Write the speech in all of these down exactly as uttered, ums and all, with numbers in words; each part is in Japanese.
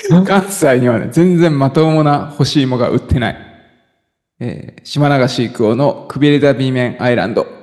関西にはね、全然まともな干し芋が売ってない。えー、島流し育王のくびれた B 面アイランド。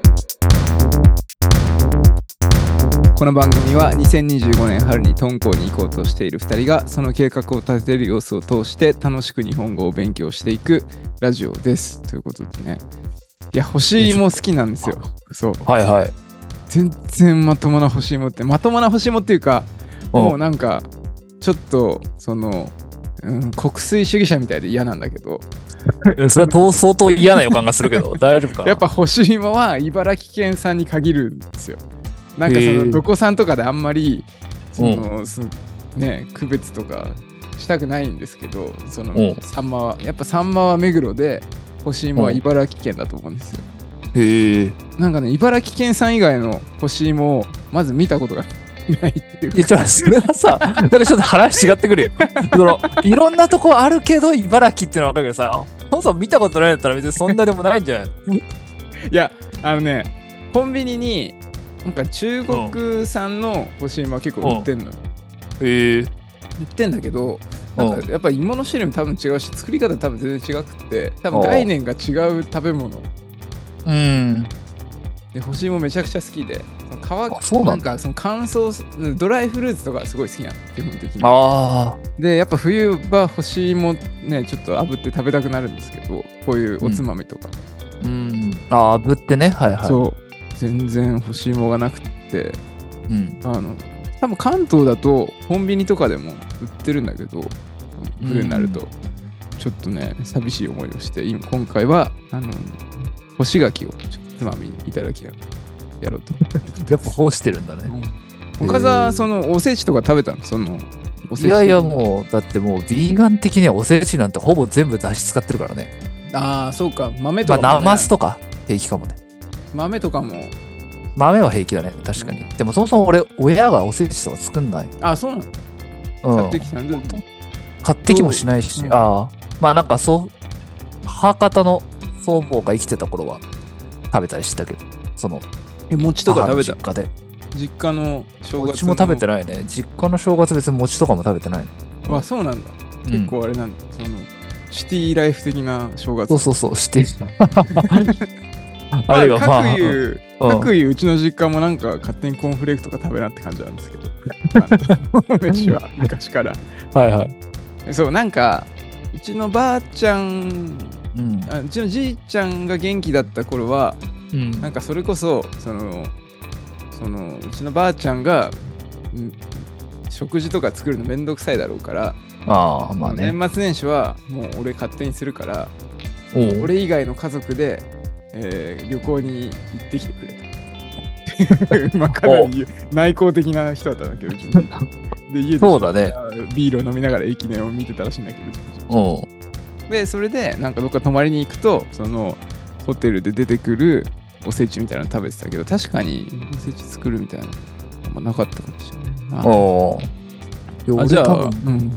この番組はにせんにじゅうごねん春に敦煌に行こうとしているふたりがその計画を立てる様子を通して楽しく日本語を勉強していくラジオです。ということでね。いや、干し芋好きなんですよ。そう。 はいはい。 全然まともな干し芋って、まともな干し芋っていうか、もうなんか、ちょっと、その、うん、国粋主義者みたいで嫌なんだけど。 それは相当嫌な予感がするけど、大丈夫かな。 やっぱ干し芋は茨城県産に限るんですよ。なんかそのどこ産とかであんまりその、うん、そね、区別とかしたくないんですけど、そのサンマはやっぱサンマは目黒で干し芋は茨城県だと思うんですよ。 へえ。 なんかね、茨城県産以外の干し芋をまず見たことがないっていう。 いや、ちょっとそれはさ、だからちょっと話違ってくるよ。そのいろんなとこあるけど茨城っていうのは分かるけどさ、そもそも見たことないんだったら別にそんなでもないんじゃないの？いや、あのね、コンビニになんか中国産の干し芋は結構売ってんのよ。 へえ。 売ってんだけど、なんかやっぱ芋の種類も多分違うし、作り方多分全然違くて、多分概念が違う食べ物。 うん。 で、干し芋めちゃくちゃ好きで、皮、 そうなんなんかその乾燥、ドライフルーツとかすごい好きなの、基本的に。 ああ。 で、やっぱ冬は干し芋ね、ちょっと炙って食べたくなるんですけど、こういうおつまみとか。 うん。うん、ああ、炙ってね、はいはい。 そう。全然干し芋がなくて、 うん、 あの多分関東だとコンビニとかでも売ってるんだけど、冬になるとちょっとね寂しい思いをして、今今回はあの干し柿をちょっとつまみにいただきながらやろうと。 やっぱ干してるんだね。 うん、岡澤、そのおせちとか食べたの？そのおせち。いやいや、もうだってもうビーガン的にはおせちなんてほぼ全部だし使ってるからね。 ああ、そうか。豆とかも、ね、 まあ、ナマスとか平気かもね。 豆とかも。 豆は平気だね、確かに。でもそもそも俺、親がおせちとか作んない。 あ、そうなの？ うん、 買ってきたんだ。 買ってきもしないし、うん、ああ。まあなんかそう、母方の祖母が生きてた頃は食べたりしてたけど、その、 え、餅とか食べた？ 実家で。 実家の正月の。 餅も食べてないね。実家の正月別に餅とかも食べてないの。あ、そうなんだ。結構あれなんだ。うん、その、シティライフ的な正月。 そうそうそう、シティ。あれがまあ、 各言う、各言ううちの実家もなんか勝手にコーンフレークとか食べなって感じなんですけど、飯は昔から。 はいはい。 そう、なんかうちのばあちゃん、 うん、 あうちのじいちゃんが元気だった頃は、 うん、 なんかそれこそそのそのうちのばあちゃんが、うん、食事とか作るのめんどくさいだろうから、 ああまあね、 年末年始はもう俺勝手にするから、俺以外の家族でえー、旅行に行ってきてくれた。まあかなり内向的な人だったんだけど、で家でそうだね、 ビールを飲みながら駅伝を見てたらしいんだけど、でそれでなんかどっか泊まりに行くと、そのホテルで出てくるおせちみたいなの食べてたけど、確かにおせち作るみたいなのあんまなかったかもしれない。 おあ、じゃあ、うん、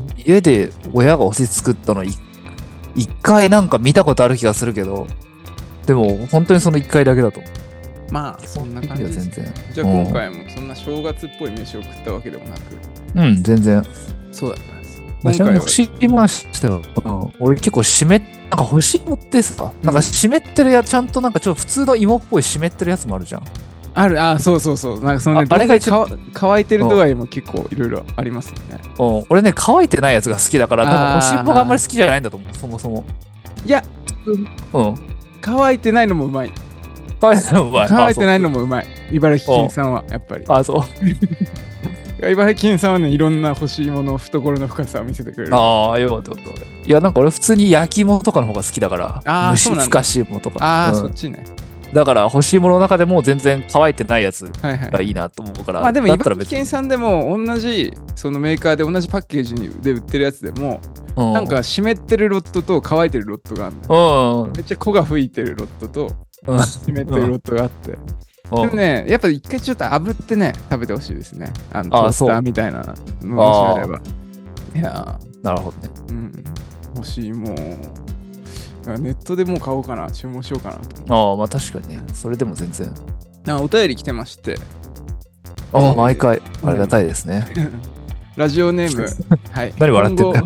家で親がおせち作ったの一回なんか見たことある気がするけど、でも本当にそのいっかいだけだと。 まあそんな感じです。 全然。 じゃあ今回もそんな正月っぽい飯を食ったわけでもなく。 うん、全然。 そうだったんです。 今回は。干し芋しては、うん、俺結構湿っ、なんか干し芋ってさ、なんか湿ってるやつ、ちゃんとなんかちょっと普通の芋っぽい湿ってるやつもあるじゃん。 ある、あ、そうそうそう。なんかそのね、あ, あれが一番乾いてる度合いも結構いろいろありますよね。 うん、俺ね、乾いてないやつが好きだから、多分干し芋があんまり好きじゃないんだと思う、そもそも。 いや、 うん。 乾いてないのもうまい。 乾いてないのもうまい。 乾いてないのもうまい。茨城県産はやっぱり。 あ、そう。 茨城県産はね、いろんな干し芋の懐の深さを見せてくれる。 ああ、よかったよかった。いや、なんか俺普通に焼き芋とかの方が好きだから。 ああ、 蒸しふかし芋とか。 ああ、うん、そっちね。 だから干し芋の中でも全然乾いてないやつがいいなと思うから。はいはい、 まあでも茨城県産でも同じそのメーカーで同じパッケージで売ってるやつでも、うん、なんか湿ってるロットと乾いてるロットがあるの、うん、めっちゃ粉が吹いてるロットと湿ってるロットがあって、うん、でもねやっぱ一回ちょっと炙ってね食べてほしいですね。あのトースターみたいなのがあれば。いやなるほどね。 うん、欲しいもうネットでもう買おうかな、注文しようかなと。 ああ、まあ確かにね。それでも全然。 あ、お便り来てまして。 ああ、毎回ありがたいですね。 ラジオネーム、はい、 何笑ってんだよ。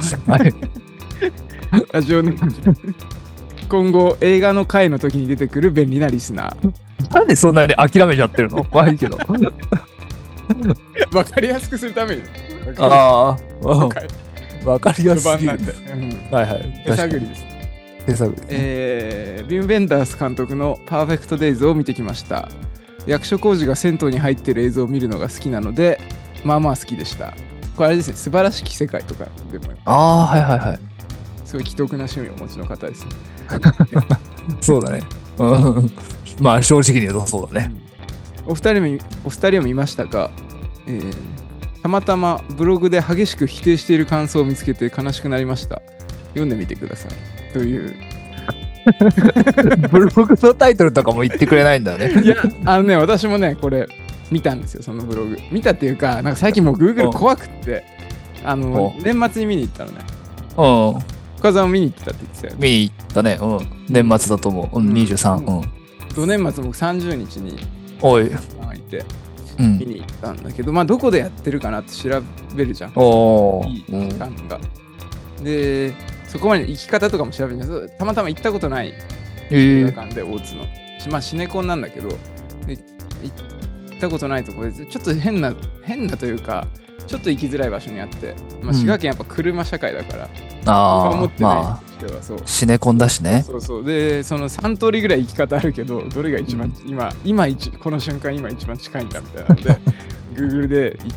ラジオネーム今後映画の回の時に出てくる便利なリスナー。 なんでそんなに諦めちゃってるの？怖いけど。 わかりやすくするために。 ああ、わかりやすい。 なんで、うん、はいはい。手探りです。 手探り。 えー、ビム・ベンダース監督のパーフェクト・デイズを見てきました。役所広司が銭湯に入ってる映像を見るのが好きなので、まあまあ好きでした。これあれですね、素晴らしき世界とかでも。 ああ、はいはいはい。 すごい奇特な趣味をお持ちの方ですね。 そうだね。まあ正直に言うとそうだね。 お二人もお二人も見ましたか？えー、たまたまブログで激しく否定している感想を見つけて悲しくなりました。読んでみてくださいという。 ブログのタイトルとかも言ってくれないんだね。 いや、あのね、私もね、これ見たんですよ、そのブログ。見たっていうか、なんか最近もう Google 怖くって、あの年末に見に行ったのね。 うん。 深澤も見に行ってたって言ってたよね。 見に行ったね。うん。年末だと思う。うん、にじゅうさん。うん。 土年末僕さんじゅうにちにおい。 いて、見に行ったんだけど、まあどこでやってるかなって調べるじゃん。 おいい時間が。で、そこまで行き方とかも調べるんです。たまたま行ったことない映画館で、大津の。まあシネコンなんだけど、で行ったことないところで、ちょっと変な、変なというか、ちょっと行きづらい場所にあって、まあ、滋賀県やっぱ車社会だから、 うん、ああ、まあ、そうシネコンだしね。 そうそう。で、そのさん通りぐらい行き方あるけど、どれが一番、うん、今、今一、この瞬間今一番近いんだみたいなので、Google で行って、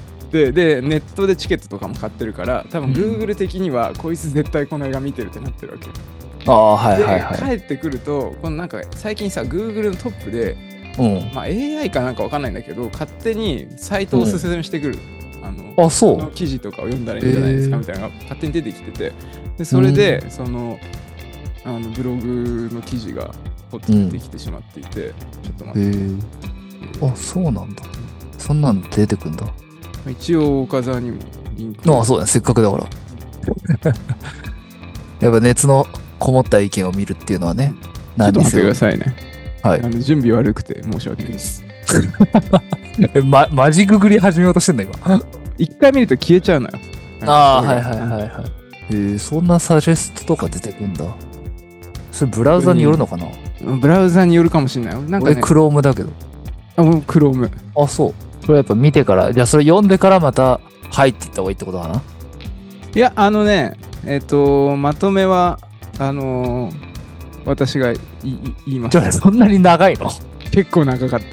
で、ネットでチケットとかも買ってるから、多分 Google 的には、こいつ絶対この映画見てるってなってるわけ。 ああ、はいはいはい。 で、帰ってくると、このなんか最近さ、Google のトップで、 うん、 まあ エーアイ かなんかわかんないんだけど、勝手にサイトをおすすめしてくる。うん、あのあ、そうの記事とかを読んだらいいんじゃないですかみたいなのが勝手に出てきてて、でそれで、うん、そのあのブログの記事がポッと出てきてしまっていて、うん、ちょっと待って、えー、あ、そうなんだ。そんなん出てくんだ。 一応岡澤にもリンク。 ああ、そうだね、せっかくだから。やっぱ熱のこもった意見を見るっていうのはね、 ちょっと待ってくださいね。 はい。 あの準備悪くて申し訳ないです。 え、ま、マジググり始めようとしてんだ今。 一回見ると消えちゃうのよ。 ああ、はいはいはいはい。えー、そんなサジェストとか出てくんだ。それブラウザによるのかな？ ブラウザによるかもしれない。なんかね、 俺クロームだけど。 あ、もうクローム。 あ、そう。それやっぱ見てから、じゃあそれ読んでからまた入っていった方がいいってことかな？ いや、あのね、えっと、まとめは、あのー、私が言います。 じゃあそんなに長いの？ 結構長かった。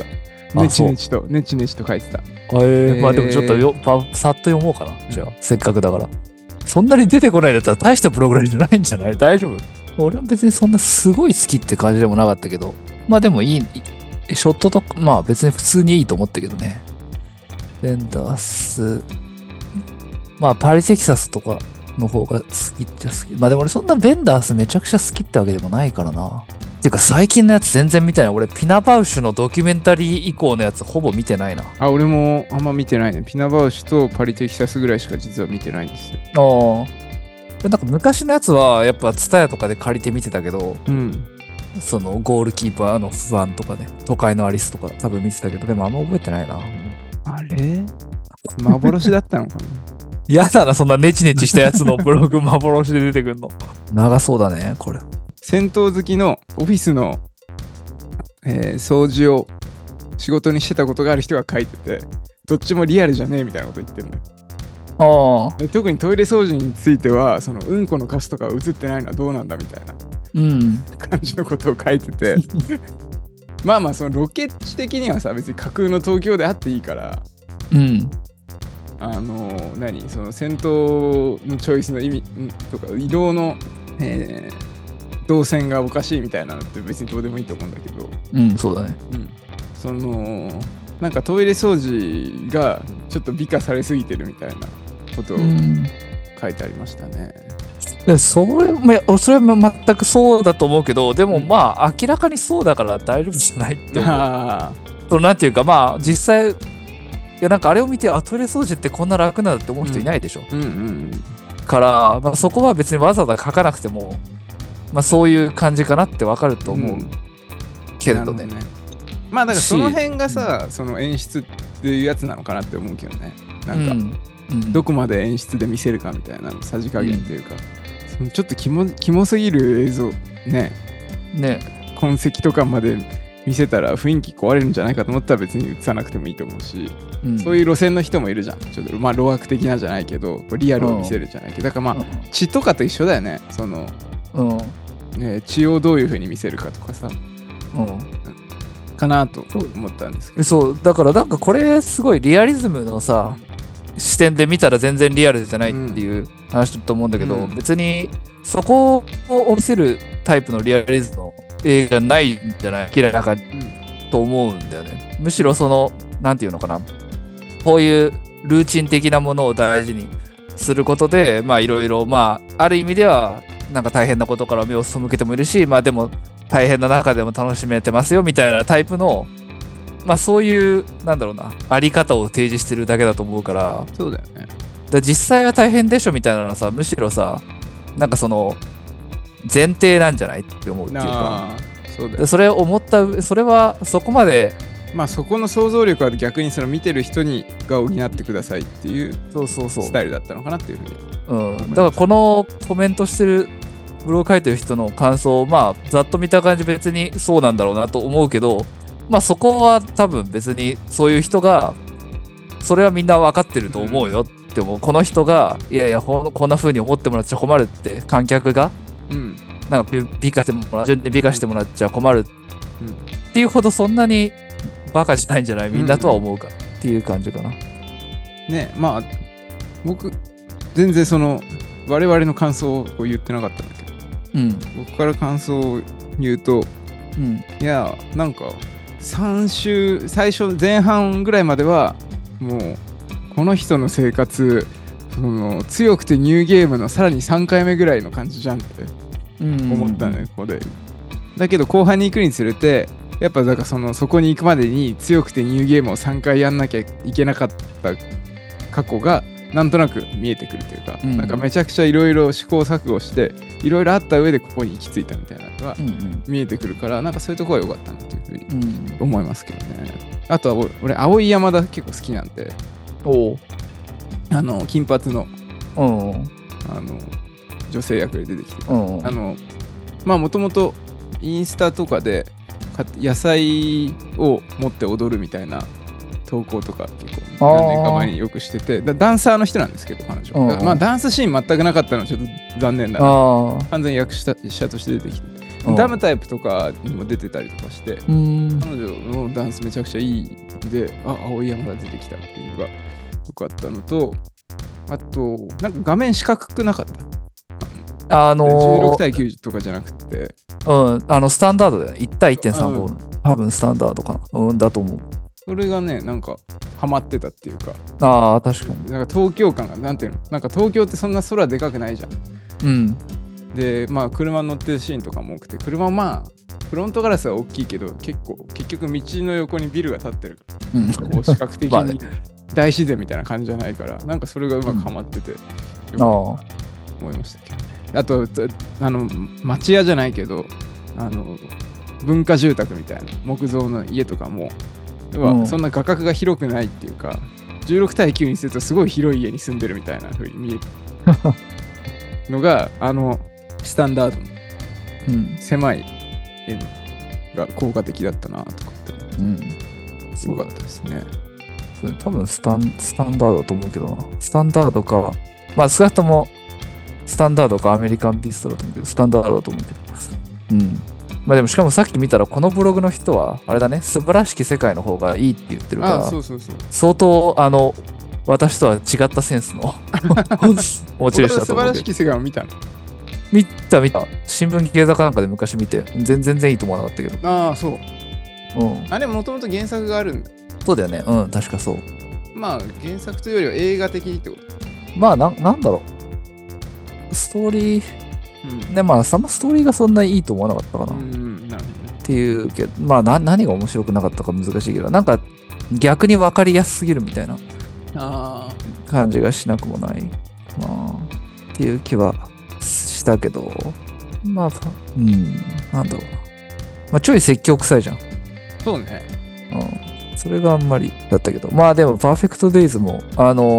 ねちねちと、ねちねちと書いてた。 えー、えー、まあでもちょっとよパさっと読もうかな。じゃあ、せっかくだから。そんなに出てこないんだったら大したプログラムじゃないんじゃない？大丈夫？俺は別にそんなすごい好きって感じでもなかったけど、まあでもいい、ショットとか、まあ別に普通にいいと思ったけどね。ベンダース、まあパリテキサスとかの方が好きっちゃ好き。まあでも俺そんなベンダースめちゃくちゃ好きってわけでもないからな。っていうか最近のやつ全然見てない。俺ピナバウシュのドキュメンタリー以降のやつほぼ見てないな。 あ、俺もあんま見てないね。ピナバウシュとパリテキサスぐらいしか実は見てないんですよ。 ああ。なんか昔のやつはやっぱツタヤとかで借りて見てたけど、 うん、 そのゴールキーパーの不安とかね、都会のアリスとか多分見てたけど、でもあんま覚えてないな。 あれ幻だったのかな？ やだな、そんなネチネチしたやつのブログ幻で出てくるの。長そうだね、これ。 戦闘好きのオフィスの、えー、掃除を仕事にしてたことがある人が書いてて、どっちもリアルじゃねえみたいなこと言ってるのよ。 ああ。 特にトイレ掃除については、そのうんこのカスとか映ってないのはどうなんだみたいな、 うん、 感じのことを書いててまあまあそのロケ地的にはさ、別に架空の東京であっていいから、 うん、 あの何その戦闘のチョイスの意味とか移動の、えー、動線がおかしいみたいなのって別にどうでもいいと思うんだけど、 うん、そうだね、 うん、そのなんかトイレ掃除がちょっと美化されすぎてるみたいなことを書いてありましたね。 でそれもそれも全くそうだと思うけど、でもまあ明らかにそうだから大丈夫じゃないって思う。あそのなんていうか、まあ実際いやなんかあれを見て、あ、トイレ掃除ってこんな楽なんだって思う人いないでしょ、 うんうんうん、 から、まあ、そこは別にわざわざ書かなくても、まあ、そういう感じかなってわかると思う、うん、けれどね。 まあだからその辺がさ、その演出っていうやつなのかなって思うけどね。なんか、うん、 うん、 どこまで演出で見せるかみたいなさじ加減というか、うん、そのちょっとキモ、キモすぎる映像ねね痕跡とかまで見せたら雰囲気壊れるんじゃないかと思ったら別に映さなくてもいいと思うし、うん、そういう路線の人もいるじゃん。ちょっとまあ老悪的なじゃないけどリアルを見せるじゃないけど、だからまあ血とかと一緒だよね。その、 うんね、血をどういう風に見せるかとかさ、 うん、 かなと思ったんですけど。 そうだからなんかこれすごいリアリズムのさ視点で見たら全然リアルじゃないっていう話だと思うんだけど、うん、別にそこを見せるタイプのリアリズムの映画ないんじゃない嫌いな感じ、うん、と思うんだよね。むしろそのなんていうのかな、こういうルーチン的なものを大事にすることでまあいろいろまあある意味ではなんか大変なことから目を背けてもいるし、まあでも大変な中でも楽しめてますよみたいなタイプのまあそういうなんだろうなあり方を提示してるだけだと思うから。 そうだよね。 だ実際は大変でしょみたいなのはさ、むしろさなんかその前提なんじゃないって思うっていうか、 そうだよね。 それを思ったそれはそこまでまあそこの想像力は逆にその見てる人にが補ってくださいっていうスタイルだったのかなっていうふうに。 うん、だからこのコメントしてるブログ書いてる人の感想をまあざっと見た感じ別にそうなんだろうなと思うけど、まあそこは多分別にそういう人がそれはみんな分かってると思うよって思う。この人がいやいやこんな風に思ってもらっちゃ困るって観客が、 うん、 なんか美化してもら順に美化してもらっちゃ困るっていうほどそんなにバカじゃないんじゃないみんなとは思うかっていう感じかな。 ね、まあ僕全然その我々の感想を言ってなかったんだけど、 うん、 僕から感想を言うと、 うん、 いやなんかさん週最初前半ぐらいまではもうこの人の生活その強くてニューゲームのさらにさんかいめぐらいの感じじゃんって思ったね、ここで。だけど後半に行くにつれてやっぱだからそのそこに行くまでに強くてニューゲームをさんかいやんなきゃいけなかった過去がなんとなく見えてくるというか、うん、なんかめちゃくちゃいろいろ試行錯誤していろいろあった上でここに行き着いたみたいなのが見えてくるから、うんうん、なんかそういうところが良かったなというふうに思いますけどね。あとは俺青井山田結構好きなんで、 おあの金髪のあの女性役で出てきてた、 あのまあもともとインスタとかで野菜を持って踊るみたいな投稿とか結構何年か前によくしてて、ダンサーの人なんですけど彼女、まあダンスシーン全くなかったのはちょっと残念だな。完全に役者として出てきて、ダムタイプとかにも出てたりとかして、彼女のダンスめちゃくちゃいいんで、あ、青山が出てきたっていうのがよかったのと、あとなんか画面四角くなかった、 あのー、 じゅうろくたいきゅうとかじゃなくて、 うん、あのスタンダードだよ。いちたいいってんさんご、うん、多分スタンダードかな、うん、だと思う。 それがねなんかハマってたっていうか、 ああ確かになんか東京感がなんていうの、なんか東京ってそんな空でかくないじゃん。 うんでまあ車乗ってるシーンとかも多くて、車まあフロントガラスは大きいけど結構結局道の横にビルが建ってる、うん、こう視覚的に大自然みたいな感じじゃないから、なんかそれがうまくハマってて、うん、よく思いましたけどね。あとあの町屋じゃないけどあの文化住宅みたいな木造の家とかも、うん、そんな画角が広くないっていうか、じゅうろくたいきゅうにするとすごい広い家に住んでるみたいな風に見えるのがあのスタンダードの、うん、狭い絵が効果的だったなとかって、うん、すごかったですね。 それ多分スタン、スタンダードだと思うけどな。スタンダードか、まあ少なくともスタンダードかアメリカンビストだと思うけど、スタンダードだと思うけど。うん。まあでもしかもさっき見たらこのブログの人はあれだね、素晴らしき世界の方がいいって言ってるから、 ああそうそうそう、 相当あの私とは違ったセンスの持ち主だと思うけど。 素晴らしき世界を見たの？ 見た見た。新聞経済かなんかで昔見て、全然全然いいと思わなかったけど。 ああそう。 うん。 あれもともと原作があるんだ。 そうだよね。うん確かそう。 まあ原作というよりは映画的ってこと。 まあななんだろう。ストーリー、うん、でまあそのストーリーがそんなにいいと思わなかったかな。 うん、なるほどね。 っていうけど、まあな何が面白くなかったか難しいけど、なんか逆に分かりやすすぎるみたいな感じがしなくもない。まあっていう気はしたけど、まあうんなんだろうな。まあちょい説教臭いじゃん。 そうね。 うん。それがあんまりだったけど、まあでもパーフェクトデイズもあの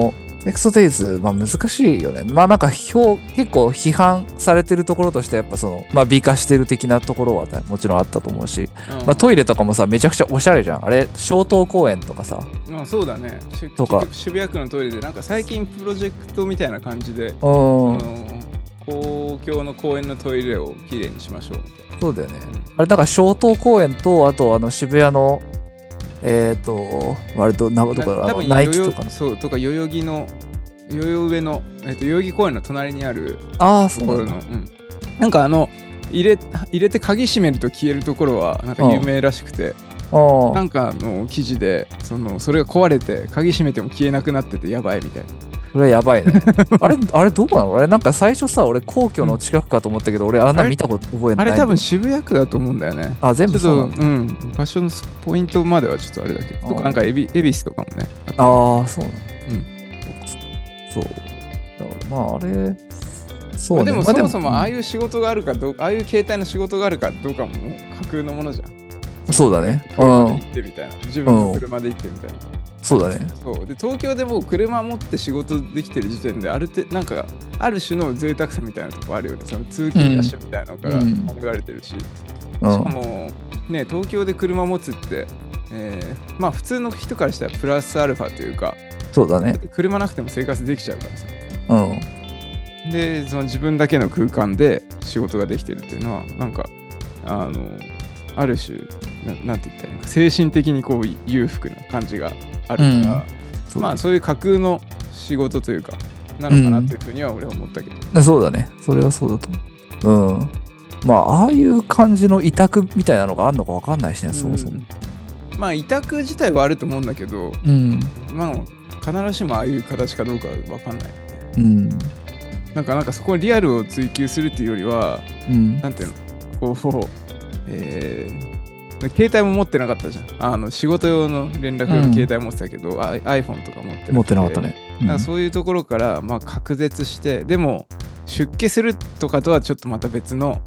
ネクストデイズ、まあ難しいよね。まあなんか評結構批判されてるところとしてやっぱその、まあ美化してる的なところはもちろんあったと思うし、 うん、 まあトイレとかもさ、めちゃくちゃおしゃれじゃん。あれ、小東公園とかさ。 まあそうだね。 とか。 渋谷区のトイレでなんか最近プロジェクトみたいな感じで、うん、公共の公園のトイレをきれいにしましょうみたいな。 そうだよね。あれだから小東公園と、あとあの渋谷の、えっ、ー、と、割となとか、ナイキとかの。 そう、とか代々木の、代々上の、えっ、ー、と、代々木公園の隣にあるあところの、うん、なんかあの入れ、入れて鍵閉めると消えるところはなんか有名らしくて、なんかの記事でそのそれが壊れて鍵閉めても消えなくなっててやばいみたいな。 それはやばいね。あれ、あれどこなの？あれなんか最初さ、俺皇居の近くかと思ったけど、うん、俺あんな見たこと覚えない。 あれ多分渋谷区だと思うんだよね。 あ、全部そうなんだ。 うん。場所のポイントまではちょっとあれだけど、とかなんかエビ、エビスとかもね。 ああ、そうなんだ。 うん。 そう。だからまああれ、そうね。 まあ、でもそもそもああいう仕事があるかどうか、ああいう携帯の仕事があるかどうかも架空のものじゃん。 そうだね。 車で行ってみたいな。自分の車で行ってみたいな。 そうだね。 そうで東京でもう車持って仕事できてる時点であるてなんかある種の贅沢さみたいなとこあるよね。その通勤ラッシュみたいなのから考えられてるし、うん、しかもね東京で車持つって、えー、まあ普通の人からしたらプラスアルファというか、 そうだね。 車なくても生活できちゃうからさ。 うん。 でその自分だけの空間で仕事ができてるっていうのはなんかあのある種 な, なんて言ったらいいのか精神的にこう裕福な感じがあるから、うん、そうまあそういう架空の仕事というかなのかなっていうふうには俺は思ったけど、 うん、そうだね。それはそうだと思う。うん。まあああいう感じの委託みたいなのがあるのか分かんないしね、うん、そもそも。 まあ委託自体はあると思うんだけど、 うん、 まあ必ずしもああいう形かどうかは分かんない。 うん。 なんかなんかそこにリアルを追求するっていうよりは、 うん、 なんていうのこう、えー、携帯も持ってなかったじゃん。あの仕事用の連絡用の携帯持ってたけど、うん、iPhone とか持ってなくて持ってなかったね。 うん、だからそういうところからまあ隔絶してでも出家するとかとはちょっとまた別の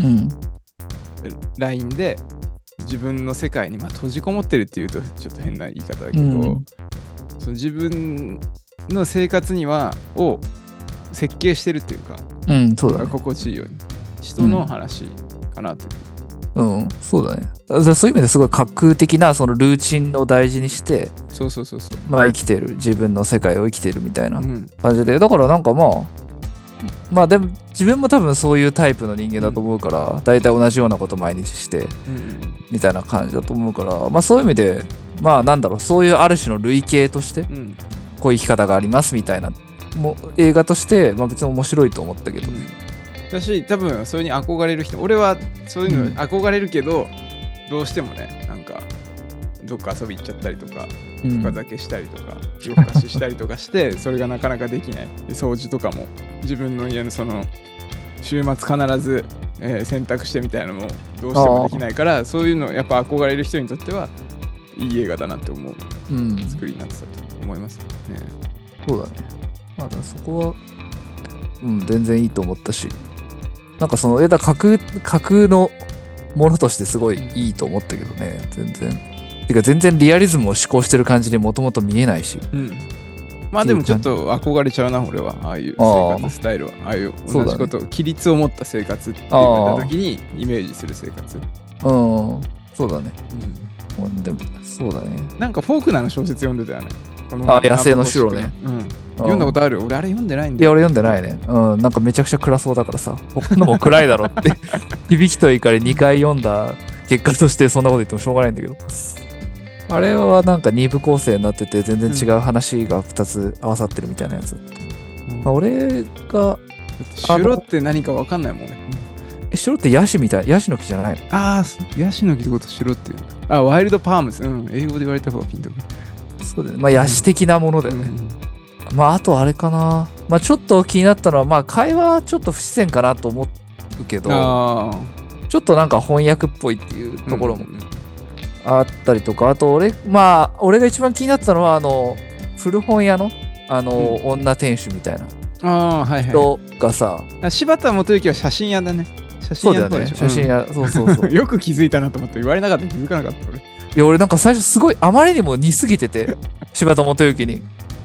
ラインで自分の世界にまあ閉じこもってるっていうとちょっと変な言い方だけど、うん、その自分の生活にはを設計してるっていうか、 うん、そうだね、 心地いいように人の話かなという、 うん、うん、そうだね。そういう意味ですごい架空的なそのルーチンを大事にして、 そうそうそうそう、 まあ生きてる自分の世界を生きてるみたいな感じで、うん、だからなんかまあまあでも自分も多分そういうタイプの人間だと思うから、うん、大体同じようなこと毎日して、うん、みたいな感じだと思うから、まあそういう意味でまあなんだろう、そういうある種の類型として、うん、こういう生き方がありますみたいなも映画として、まあ、別に面白いと思ったけど、うん、 私多分それに憧れる人、俺はそういうの憧れるけど、うん、どうしてもねなんかどっか遊び行っちゃったりとか深酒したりとか夜更かししたりとかしてそれがなかなかできない。で掃除とかも自分の家のその週末必ず、えー、洗濯してみたいなのもどうしてもできないから、そういうのやっぱ憧れる人にとってはいい映画だなって思う、うん、作りになってたと思いますね。 そうだね。まあ、そこは、うん、全然いいと思ったし、なんかその枝架空、架空のものとしてすごいいいと思ったけどね、全然。てか全然リアリズムを思考してる感じにもともと見えないし。 うん。まあでもちょっと憧れちゃうな、俺は。ああいう生活スタイルは。ああいう同じこと、ね、規律を持った生活って言われた時にイメージする生活。 うん、そうだね。うん。でも、そうだね。 なんかフォークナーの小説読んでたよね。 あ、野生の城ね。 うん。読んだことある？俺あれ読んでないんだよ。いや、俺読んでないね。うん。なんかめちゃくちゃ暗そうだからさ。他のも暗いだろって。響きと怒りにかい読んだ結果としてそんなこと言ってもしょうがないんだけど。あれはなんかに部構成になってて全然違う話がふたつ合わさってるみたいなやつ。うん、まあ、俺が。 城って何かわかんないもんね。 え、城ってヤシみたい。ヤシの木じゃないの？ ああ、ヤシの木ってこと城っていう。あ、ワイルドパームス。うん。英語で言われた方がピンとくる。 そうだね。まあ、ヤシ的なものだよね。うん、まあ、あとあれかな。まあ、ちょっと気になったのは、まあ、会話はちょっと不自然かなと思うけど、ちょっとなんか翻訳っぽいっていうところもあったりとか、あと俺、まあ、俺が一番気になってたのは、あの、古本屋の、あの、うん、女店主みたいな人がさ、はいはい、 柴田元幸は写真屋だね。写真屋っぽいでしょ。 そうだよね。写真屋、うん、そうそうそう。 よく気づいたなと思って言われなかった気づかなかった俺。 いや俺なんか最初すごいあまりにも似すぎてて柴田元幸に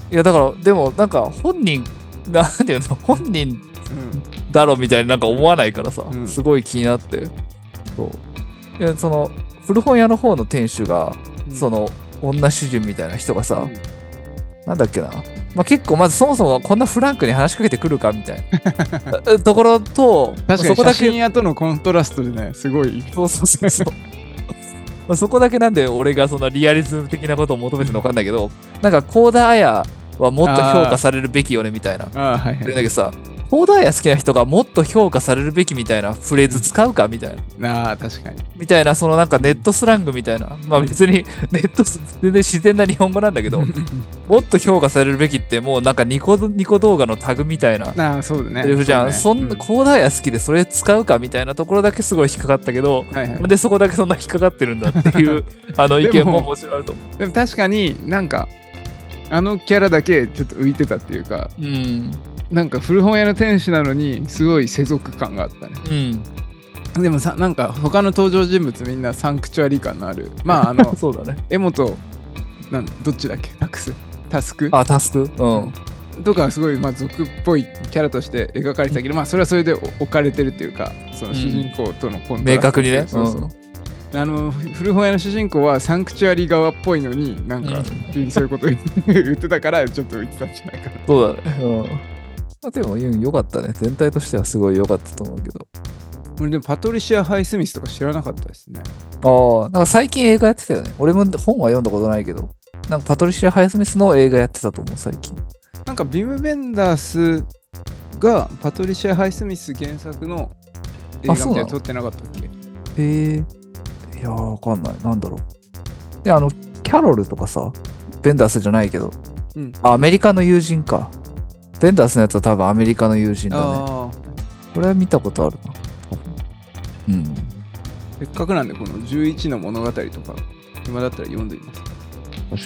いやだからでもなんか本人なんていうの本人だろみたいになんか思わないからさ、うん、すごい気になって。そういやその古本屋の方の店主が、うん、その女主人みたいな人がさ、うん、なんだっけな、まあ、結構まずそもそもこんなフランクに話しかけてくるかみたいなところと、 確かに写真屋とのコントラストでねすごい。 そうそうそうそうまあそこだけなんで俺がそんなリアリズム的なことを求めてるのか分かんないけど、なんか幸田彩はもっと評価されるべきよねみたいな。 ああ、はいはい、 だけどさ、幸田彩好きな人がもっと評価されるべきみたいなフレーズ使うかみたいな。ああ、確かに。 みたいな、そのなんかネットスラングみたいな。まあ別にネット全然自然な日本語なんだけど、もっと評価されるべきってもうなんかニコニコ動画のタグみたいな。 ああ、そうだね。 セリフじゃん。そんな幸田彩好きでそれ使うかみたいなところだけすごい引っかかったけど、はいはい、でそこだけそんな引っかかってるんだっていうあの意見も面白いと思う。 でも確かになんかあのキャラだけちょっと浮いてたっていうか。うん。なんか古本屋の店主なのにすごい世俗感があったね。うん。でもさ、なんか他の登場人物みんなサンクチュアリ感のある。まああのそうだね。 江本なんどっちだっけ？タクスタスク？ あ、タスク。うん。 とかすごいまあ俗っぽいキャラとして描かれてたけど、まあそれはそれで置かれてるっていうか、その主人公とのコントラスト、 明確にね。 そうそう。うん、あの古本屋の主人公はサンクチュアリ側っぽいのになんかそういうこと言ってたからちょっと言ってたんじゃないかな。 そうだね。うん。でも良かったね。全体としてはすごい良かったと思うけど。 俺でもパトリシア・ハイスミスとか知らなかったですね。 ああ、なんか最近映画やってたよね。俺も本は読んだことないけど、なんかパトリシア・ハイスミスの映画やってたと思う、最近。 なんかビム・ベンダースがパトリシア・ハイスミス原作の映画みたいなの撮ってなかったっけ？ へえ。いやー、わかんない。なんだろう。で、あの、キャロルとかさ、ベンダースじゃないけど、うん、アメリカの友人か。ベンダースのやつは多分アメリカの友人だね。これは見たことあるな。うん。 せっかくなんで、このじゅういちの物語とか、今だったら読んでいます。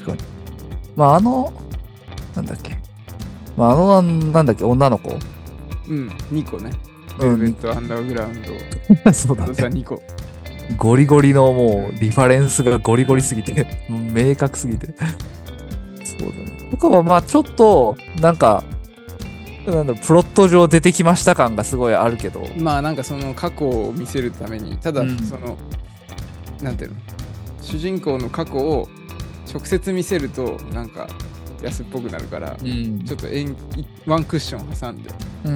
確かに。まあ、あの、なんだっけ。まあ、あの、なんだっけ、女の子。 うん、にこね。ベルベット・アンダーグラウンド。そうだね。 にこ。 ゴリゴリのもう、リファレンスがゴリゴリすぎて、明確すぎて。そうだね。とかは、まあ、ちょっと、なんか、なんだろう、プロット上出てきました感がすごいあるけど、 まあなんかその過去を見せるためにただその、うん、なんていうの主人公の過去を直接見せるとなんか安っぽくなるから、うん、ちょっとワンクッション挟んで出てきた、うん、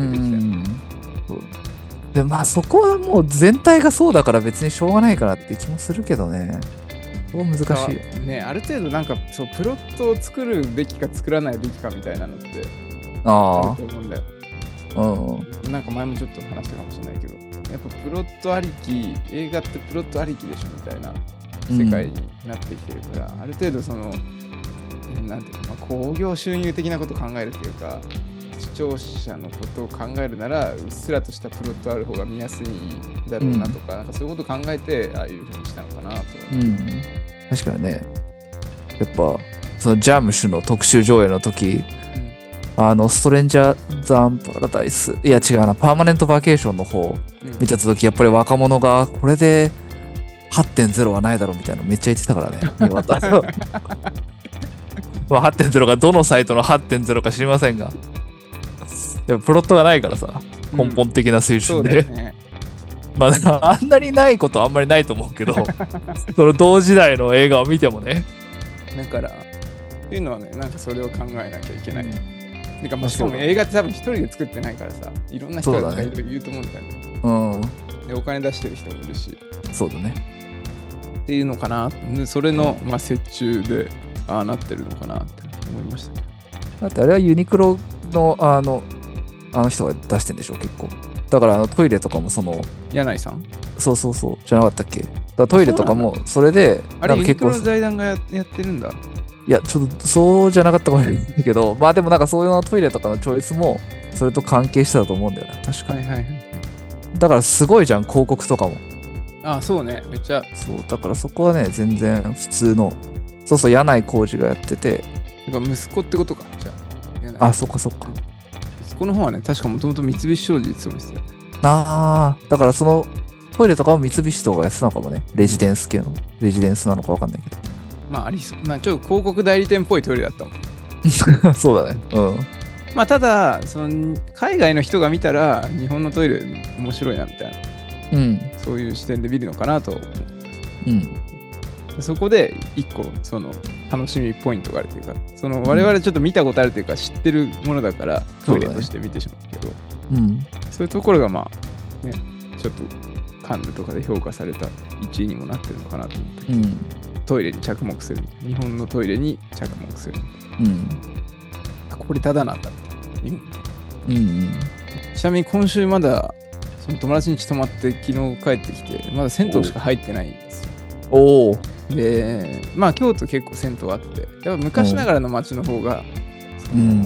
そうでまあそこはもう全体がそうだから別にしょうがないかなって気もするけどね。そこ難しいよね。ある程度なんかそうプロットを作るべきか作らないべきかみたいなのってああると思うんだよ。うん、なんか前もちょっと話したかもしれないけど、やっぱプロットありき、映画ってプロットありきでしょみたいな世界になってきてるから、うん、ある程度そのなんていうの、まあ、興行収入的なことを考えるっていうか、視聴者のことを考えるならうっすらとしたプロットある方が見やすいだろうなとか、うん、なんかそういうことを考えてああいう風にしたのかなと、 うん、確かにね。やっぱそのジャムシュの特集上映の時、あのストレンジャーザンパラダイス、いや違うな、パーマネントバケーションの方見た時、やっぱり若者がこれで はってんゼロ はないだろうみたいなのめっちゃ言ってたからね。見終わったまあ はってんゼロ がどのサイトの はってんゼロ か知りませんが、やっぱプロットがないからさ、根本的な水準で、うん、ね、まああんなにないことはあんまりないと思うけどその同時代の映画を見てもね、 だからっていうのはね、なんかそれを考えなきゃいけない、うん、てかまあしかも映画って多分一人で作ってないからさ、いろんな人がいろいろ言うと思うんだよね。うん。でお金出してる人もいるし。 そうだね。 っていうのかな。それの、まあ、折衷でああなってるのかなって思いましたね。 だってあれはユニクロのあのあの人が出してんでしょ結構。だからあのトイレとかもその柳井さん。 そうそうそうじゃなかったっけ。だからトイレとかもそれであれユニクロの財団が や, やってるんだ。 いや、ちょっとそうじゃなかったかもしれないけど、まあでもなんかそういうのトイレとかのチョイスもそれと関係してたと思うんだよね。確かに。はいはいはい。だからすごいじゃん、広告とかも。 ああ、そうね。めっちゃ。 そう、だからそこはね、全然普通の、そうそう、柳井浩二がやってて。 だから息子ってことか、じゃあ。あ、そっかそっか。 息子の方はね、確かもともと三菱商事勤めてたよね。 ああ、だからそのトイレとかも三菱とかやってたのかもね。レジデンス系の。レジデンスなのかわかんないけど。 まあありそう。まあちょっと広告代理店っぽいトイレだったもん。 そうだね。うん。 まあただその海外の人が見たら日本のトイレ面白いなみたいな、うん、そういう視点で見るのかなと思う。うん。そこで一個その楽しみポイントがあるというか、その我々ちょっと見たことあるというか知ってるものだからトイレとして見てしまうけど、そうだね。うん。そういうところがまあねちょっとカンヌとかで評価されたいちいにもなってるのかなと思って、うん、トイレに着目する、日本のトイレに着目する、うん、これただなんだみたいな、うんうん、ちなみに今週まだその友達に泊まって昨日帰ってきてまだ銭湯しか入ってないんですよ。おお。でまあ京都結構銭湯あってやっぱ昔ながらの街の方がその、うん、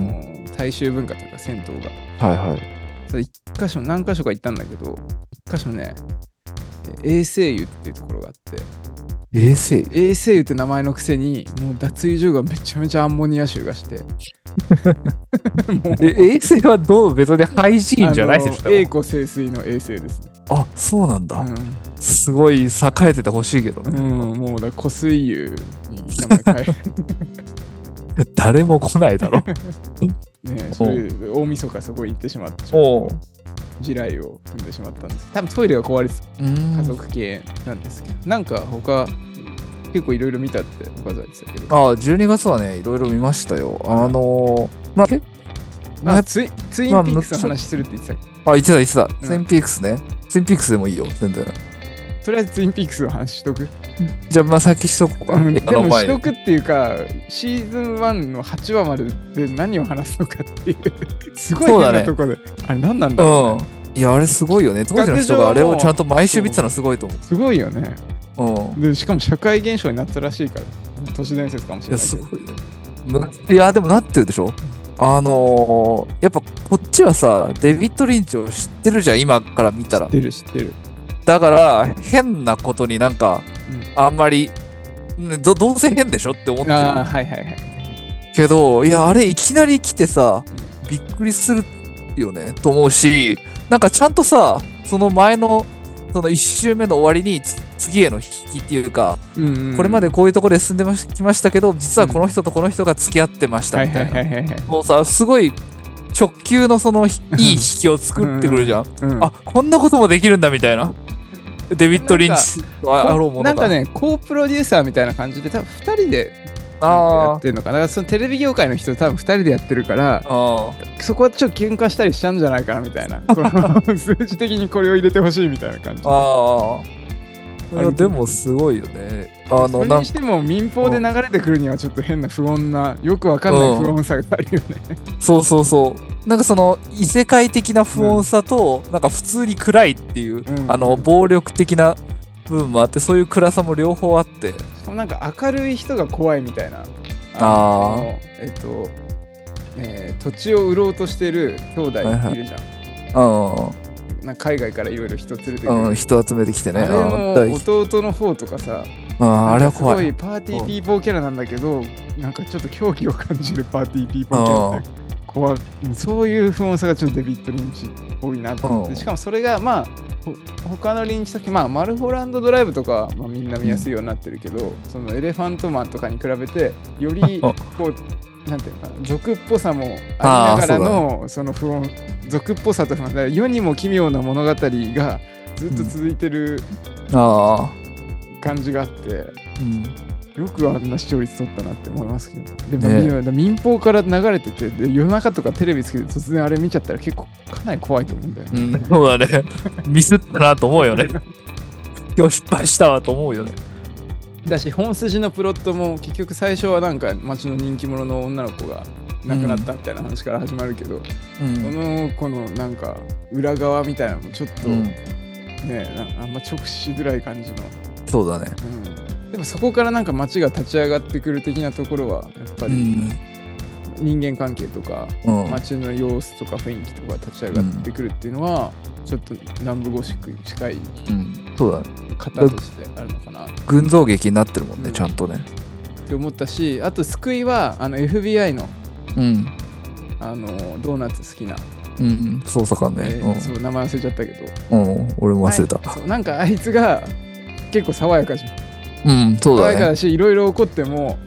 大衆文化というか銭湯がはいはい一箇所何箇所か行ったんだけど一箇所ね衛生湯っていうところがあって衛生湯衛生湯って名前のくせにもう脱衣所がめちゃめちゃアンモニア臭がしてもうえ衛生はどう別にハイジーンじゃないですか。栄枯盛衰の衛生ですね。あ、そうなんだ、うん、すごい栄えててほしいけどね。うん、もうだ湖水湯に名前変える誰も来ないだろね、それ大晦日そこ行ってしまって地雷を踏んでしまったんです。多分トイレが壊れて家族系なんですけど、なんか他結構いろいろ見たって岡崎言ってたけど。ああ、じゅうにがつはねいろいろ見ましたよ。あのー、まあ、まあ、ツイツインピークスの話するって言ってたっけ。あ、言ってた言ってた、うん、ツインピークスね。ツインピークスでもいいよ全然。とりあえずツインピークスの話しとく。じゃあまあ先しとこうか、うん、でもしとくっていうかシーズンワンのはちわまでで何を話すのかっていうすごい変なところで、あれ何なんだろう、ね、うん、いやあれすごいよね。当時の人があれをちゃんと毎週見てたのすごいと思う。すごいよね。うん、でしかも社会現象になったらしいから都市伝説かもしれないけど。いやすごいね。いやでもなってるでしょ。あのー、やっぱこっちはさデビッド・リンチを知ってるじゃん今から見たら。知ってる知ってる。だから変なことになんか、うん、あんまり ど, どうせ変でしょって思ってる。あ、はいはいはい、けどいやあれいきなり来てさびっくりするよねと思うし、なんかちゃんとさその前のそのいち週目の終わりに次への引きっていうか、うんうんうん、これまでこういうところで進んできましたけど実はこの人とこの人が付き合ってましたみたいな、もうさすごい直球のそのいい引きを作ってくるじゃん、うんうん、あこんなこともできるんだみたいな。デビッド・リンチあろうものかなんかねコープロデューサーみたいな感じで多分ふたりでやってるのかな。だからそのテレビ業界の人多分ふたりでやってるからそこはちょっと喧嘩したりしちゃうんじゃないかなみたいな数字的にこれを入れてほしいみたいな感じ。ああいやでもすごいよね。あのそれにしても民放で流れてくるにはちょっと変な不穏なよくわかんない不穏さがあるよね、うん、そうそうそうなんかその異世界的な不穏さと、うん、なんか普通に暗いっていう、うん、あの暴力的な部分もあってそういう暗さも両方あってしかもなんか明るい人が怖いみたいな。ああえっと、えー、土地を売ろうとしてる兄弟いるじゃん、はいはい、ああなんか海外からいろいろ人連れてくる、うん、人集めてきてね。あれの弟の方とかさああれは怖い。すごいパーティーピーポーキャラなんだけどなんかちょっと狂気を感じるパーティーピーポーキャラって怖い。そういう不穏さがちょっとデビッド・リンチっぽいなと思って、しかもそれがまあ他のリンチ先まあマルホランドドライブとかは、まあ、みんな見やすいようになってるけど、うん、そのエレファントマンとかに比べてよりこうなんていうのかな俗っぽさもありながらの そ, その不穏俗っぽさと世にも奇妙な物語がずっと続いてる感じがあって、うん、よくあんな視聴率取ったなって思いますけど、でも、ね、民放から流れててで夜中とかテレビつけて突然あれ見ちゃったら結構かなり怖いと思うんだよね、うん、そうだねミスったなと思うよね今日失敗したわと思うよね。だし本筋のプロットも結局最初はなんか街の人気者の女の子が亡くなったみたいな話から始まるけど、うん、その子のなんか裏側みたいなのもちょっと、うん、ねあんま直視しづらい感じの。そうだね、うん、でもそこからなんか街が立ち上がってくる的なところはやっぱり人間関係とか、うん、街の様子とか雰囲気とか立ち上がってくるっていうのは、うん、ちょっと南部ゴシックに近い、うん、そうだね型としてあるのかな。群像劇になってるもんね、うん、ちゃんとねって思ったし、あと救いはあの エフビーアイ の、うん、あのドーナツ好きな、うんうん、捜査官ね、えーうん、そう名前忘れちゃったけど、うん、俺も忘れた、そうなんかあいつが結構爽やかじゃん、うん、そうだね、爽やかだしいろいろ起こっても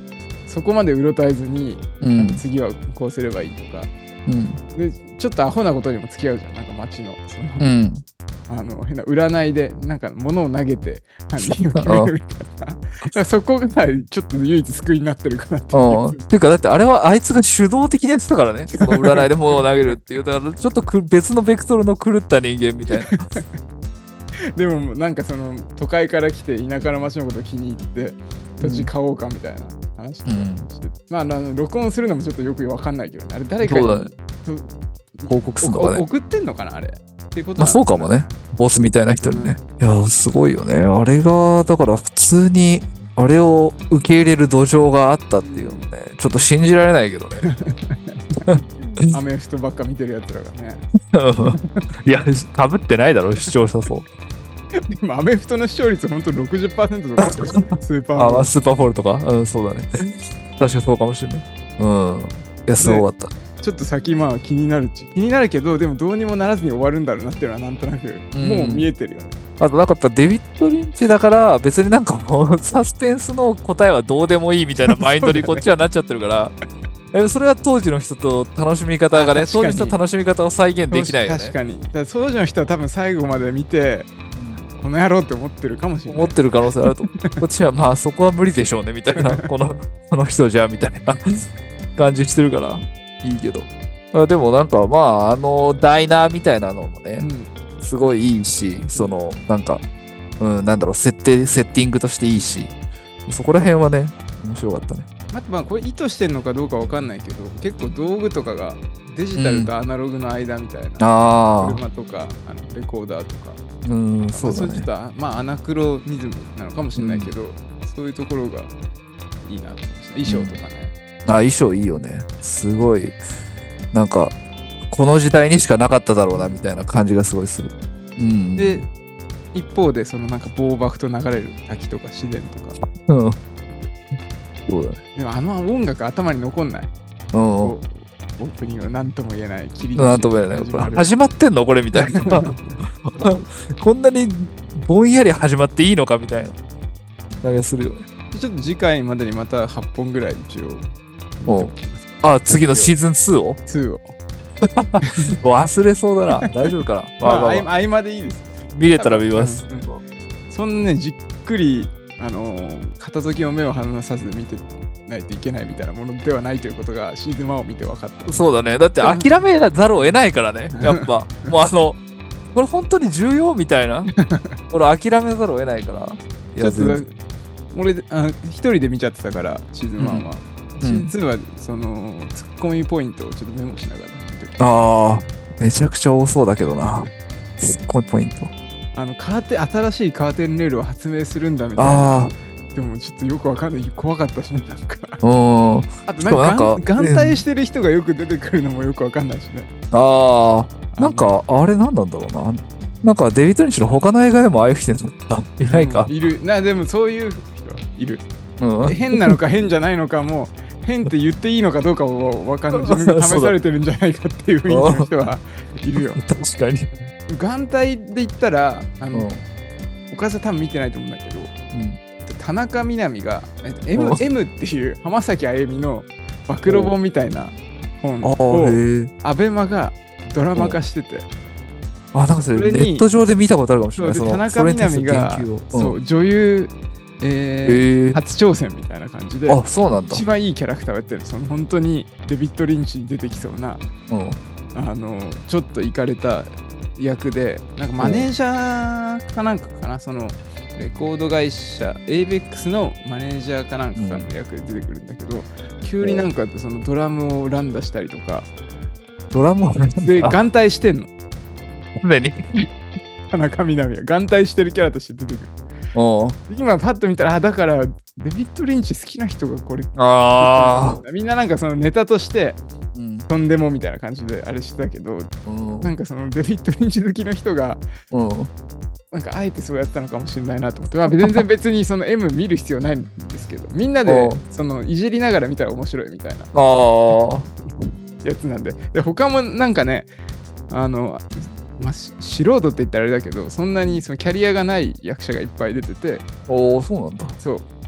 そこまでうろたえずに、 うん、 次はこうすればいいとか、 うん、 でちょっとアホなことにも付き合うじゃん。なんか街のその、 うん、 あの変な占いでなんか物を投げて犯人を決めるみたいな。だからそこがちょっと唯一救いになってるかなっていう。 っていうかだってあれはあいつが主導的にやってたからね。その占いで物を投げるっていう。だからちょっとく別のベクトルの狂った人間みたいな。 でもなんかその都会から来て田舎の町のことを気に入って土地買おうかみたいな話とかして、うん、まああの録音するのもちょっとよくわかんないけどね。あれ誰かに、 ね、報告するのかね。 送ってんのかなあれ。っていうことまあそうかもね。ボスみたいな人にね。うん、いやすごいよね。あれがだから普通にあれを受け入れる土壌があったっていうのもね、ちょっと信じられないけどね。 アメフトばっか見てるやつらがね。 いや、かぶってないだろ、視聴者層。 でもアメフトの視聴率ほんと ろくじゅっパーセント とかスーパーあ、スーパーフォールとかうん、そうだね。確かそうかもしれない。うん。いや、すごかった。 ちょっと先まあ気になるっち気になるけど、でもどうにもならずに終わるんだろうなっていうのはなんとなくもう見えてるよね。 あとなんかやっぱデビッド・リンチだから別になんかもうサスペンスの答えはどうでもいいみたいなマインドにこっちはなっちゃってるから。えそれは当時の人と楽しみ方がね、当時の楽しみ方を再現できないよね。 確かに。だから当時の人は多分最後まで見て、この野郎って思ってるかもしれない。 思ってる可能性あると思う。こっちはまあそこは無理でしょうねみたいな、このこの人じゃみたいな感じしてるからいいけど。あでもなんかまああのダイナーみたいなのもね、うん、すごいいいし、そのなんか、うん、なんだろう、設定、セッティングとしていいし、そこら辺はね、面白かったね。 まあこれ意図してんのかどうかわかんないけど、結構道具とかがデジタルとアナログの間みたいな、うん、車とかあのレコーダーとか、 うん、そうだね。 そういったまあアナクロニズムなのかもしれないけど、うん、そういうところがいいなと思いました。衣装とかね。 うん、あ、衣装いいよね。すごいなんかこの時代にしかなかっただろうなみたいな感じがすごいする。うん、 で一方でそのなんか棒爆と流れる滝とか自然とか。 うん。そうだね。 でもあの音楽頭に残んない。 うん。 オープニングは何とも言えない切りなんとも言えない。これ始まってんのこれみたいな。こんなにぼんやり始まっていいのかみたいな気がするよね。 ちょっと次回までにまたはっぽんぐらい一応。 おうあ、次のシーズンツーを ? ツー を。 忘れそうだな。大丈夫かな。 まあ、まあ、合間でいいです。 見れたら見ます。 うんうん、そんなね、じっくり、あのー、片時を目を離さず見てないといけないみたいなものではないということがシーズンワンを見て分かった。 そうだね。だって諦めざるを得ないからね。やっぱ。もうあの、これ本当に重要みたいな。これ諦めざるを得ないから。 ちょっと俺あ、一人で見ちゃってたから、シーズンワンは。うん、シーズンツーはそのツッコミポイントをちょっとメモしながら。 ああ、めちゃくちゃ多そうだけどな。ツッコミポイント。 あのカーテン新しいカーテンレールを発明するんだみたいな。でもちょっとよくわかんない。怖かったしね、なんか。 うん。 あとなんか眼帯してる人がよく出てくるのもよくわかんないしね。 ああ、なんかあれなんなんだろうな。なんかデビッド・リンチの他の映画でもああいう人いないか。 いる。なでもそういう人いる。うん、変なのか変じゃないのかも変って言っていいのかどうかを分かんない。自分が試されてるんじゃないかっていう雰囲気の人はいるよ。 確かに。 眼帯で言ったらあの、うん、お母さん多分見てないと思うんだけど、うん、田中みな実が M, M っていう浜崎あゆみの暴露本みたいな本をアベマがドラマ化してて、 あ、なんかそれネット上で見たことあるかもしれない。 そ田中みな実が、うん、そう女優、えーえー、初挑戦みたいな感じで、 あ、そうなんだ。 一番いいキャラクターをやってる。その本当にデビッド・リンチに出てきそうな、うん、あのちょっとイカれた役で、なんかマネージャーかなんかかな、そのレコード会社 エイベックス のマネージャーかなんかの役で出てくるんだけど、うん、急になんかそのドラムを乱打したりとか、 ドラムを乱打で眼帯してんの。 何？ 田中みな実が眼帯してるキャラとして出てくる。 お今パッと見たら、あ、だからデビッド・リンチ好きな人がこれ、 あみんななんかそのネタとして、うん、とんでもみたいな感じであれしてたけど、うん、なんかそのデビッド・リンチ好きの人が、うん、なんかあえてそうやったのかもしれないなと思って、まあ、全然別にその M 見る必要ないんですけど、みんなでそのいじりながら見たら面白いみたいなやつなんで、で他もなんかね、あのまあ、素人って言ったらあれだけど、そんなにそのキャリアがない役者がいっぱい出てて。 おお、そうなんだ。 そう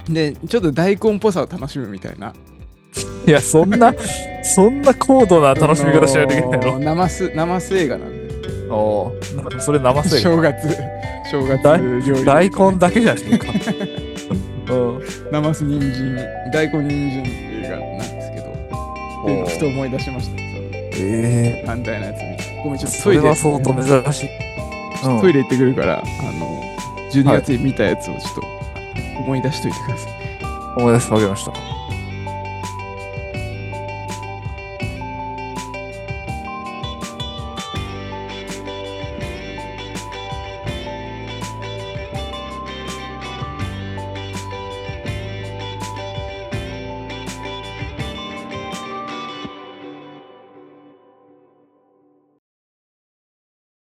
でちょっと大根っぽさを楽しむみたいな。 いやそんなそんな高度な楽しみ方しないといけないの。 ナマスナマス映画なんで。 おお、それナマス映画。 正月正月料理。 大根だけじゃねえか。うん。 ナマス人参大根人参映画なんですけど。でふと思い出しました。 ええー。 反対のやつ見て。ごめんちょっとトイレ。それは相当珍しい。 うん、トイレ行ってくるからあのじゅうにがつに見たやつをちょっと思い出しといてください。 思い出してあげました。